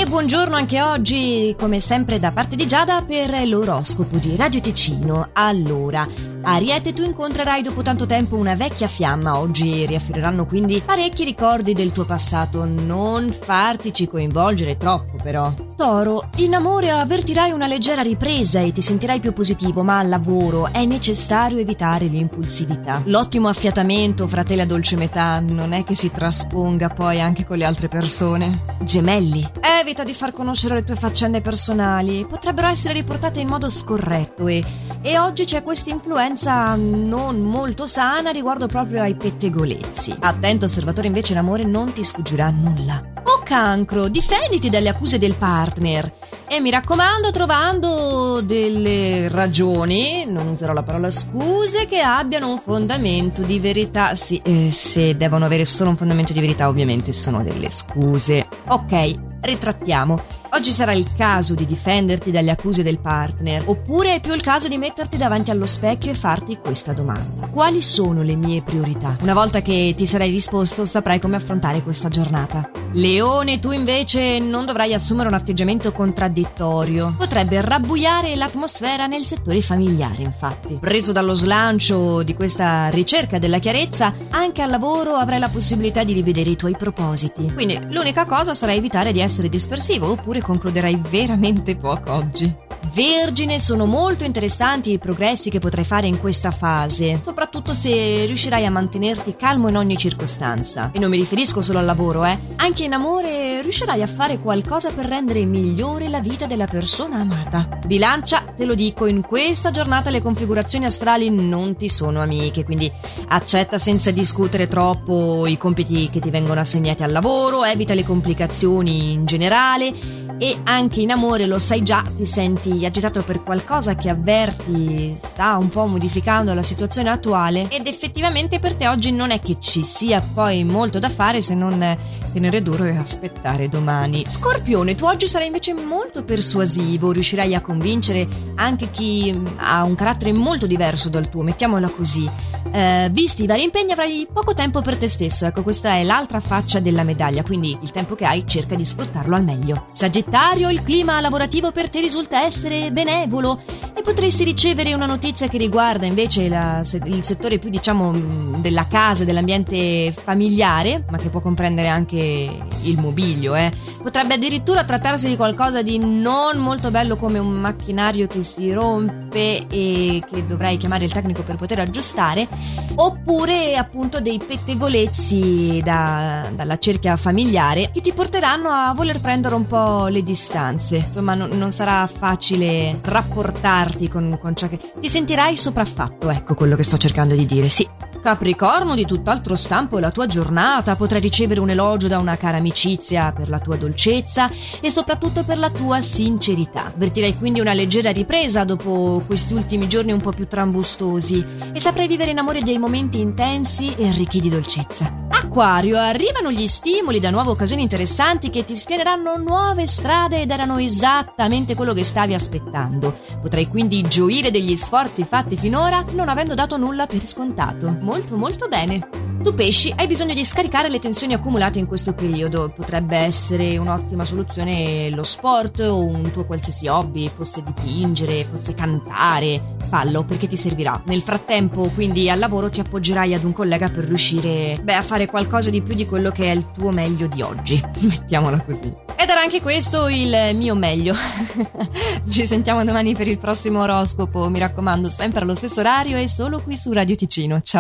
buongiorno anche oggi, come sempre da parte di Giada, per l'oroscopo di Radio Ticino. Allora, Ariete, tu incontrerai dopo tanto tempo una vecchia fiamma. Oggi riaffioriranno quindi parecchi ricordi del tuo passato. Non fartici coinvolgere troppo, però. Toro, in amore avvertirai una leggera ripresa e ti sentirai più positivo, ma al lavoro è necessario evitare l'impulsività. L'ottimo affiatamento fra te e la dolce metà non è che si trasponga poi anche con le altre persone. Gemelli, evita di far conoscere le tue faccende personali, potrebbero essere riportate in modo scorretto e oggi c'è questa influenza non molto sana riguardo proprio ai pettegolezzi. Attento osservatore, invece l'amore non ti sfuggirà nulla. O Cancro, difenditi dalle accuse del partner e mi raccomando trovando delle ragioni, non userò la parola scuse, che abbiano un fondamento di verità. Sì, se devono avere solo un fondamento di verità ovviamente sono delle scuse. Ok, ritrattiamo. Oggi sarà il caso di difenderti dalle accuse del partner, oppure è più il caso di metterti davanti allo specchio e farti questa domanda: quali sono le mie priorità? Una volta che ti sarai risposto saprai come affrontare questa giornata. Leone, tu invece non dovrai assumere un atteggiamento contraddittorio. Potrebbe rabbuiare l'atmosfera nel settore familiare, infatti. Preso dallo slancio di questa ricerca della chiarezza, anche al lavoro avrai la possibilità di rivedere i tuoi propositi. Quindi l'unica cosa sarà evitare di essere dispersivo, oppure concluderai veramente poco oggi. Vergine, sono molto interessanti i progressi che potrai fare in questa fase, soprattutto se riuscirai a mantenerti calmo in ogni circostanza. E non mi riferisco solo al lavoro, Anche in amore riuscirai a fare qualcosa per rendere migliore la vita della persona amata. Bilancia, te lo dico, in questa giornata le configurazioni astrali non ti sono amiche, quindi accetta senza discutere troppo i compiti che ti vengono assegnati al lavoro, evita le complicazioni in generale. E anche in amore, lo sai già, ti senti agitato per qualcosa che avverti sta un po' modificando la situazione attuale, ed effettivamente per te oggi non è che ci sia poi molto da fare se non tenere duro e aspettare domani. Scorpione, tu oggi sarai invece molto persuasivo, riuscirai a convincere anche chi ha un carattere molto diverso dal tuo, mettiamola così. Visti i vari impegni avrai poco tempo per te stesso, ecco, questa è l'altra faccia della medaglia, quindi il tempo che hai cerca di sfruttarlo al meglio. Sagittario, il clima lavorativo per te risulta essere benevolo e potresti ricevere una notizia che riguarda invece il settore più della casa, dell'ambiente familiare, ma che può comprendere anche il mobilio. Potrebbe addirittura trattarsi di qualcosa di non molto bello, come un macchinario che si rompe e che dovrai chiamare il tecnico per poter aggiustare, oppure appunto dei pettegolezzi dalla cerchia familiare che ti porteranno a voler prendere un po' le distanze. Insomma, non sarà facile rapportarti con ciò che ti sentirai sopraffatto, ecco quello che sto cercando di dire, sì. Capricorno, di tutt'altro stampo è la tua giornata, potrai ricevere un elogio da una cara amicizia per la tua dolcezza e soprattutto per la tua sincerità. Avvertirai quindi una leggera ripresa dopo questi ultimi giorni un po' più trambustosi e saprai vivere in amore dei momenti intensi e ricchi di dolcezza. Acquario, arrivano gli stimoli da nuove occasioni interessanti che ti spianeranno nuove strade ed erano esattamente quello che stavi aspettando. Potrai quindi gioire degli sforzi fatti finora non avendo dato nulla per scontato. Molto molto bene. Tu pesci, hai bisogno di scaricare le tensioni accumulate in questo periodo. Potrebbe essere un'ottima soluzione lo sport o un tuo qualsiasi hobby, fosse dipingere, fosse cantare. Fallo, perché ti servirà. Nel frattempo, quindi, al lavoro ti appoggerai ad un collega per riuscire a fare qualcosa di più di quello che è il tuo meglio di oggi. Mettiamola così. Ed era anche questo il mio meglio. Ci sentiamo domani per il prossimo oroscopo. Mi raccomando, sempre allo stesso orario e solo qui su Radio Ticino. Ciao.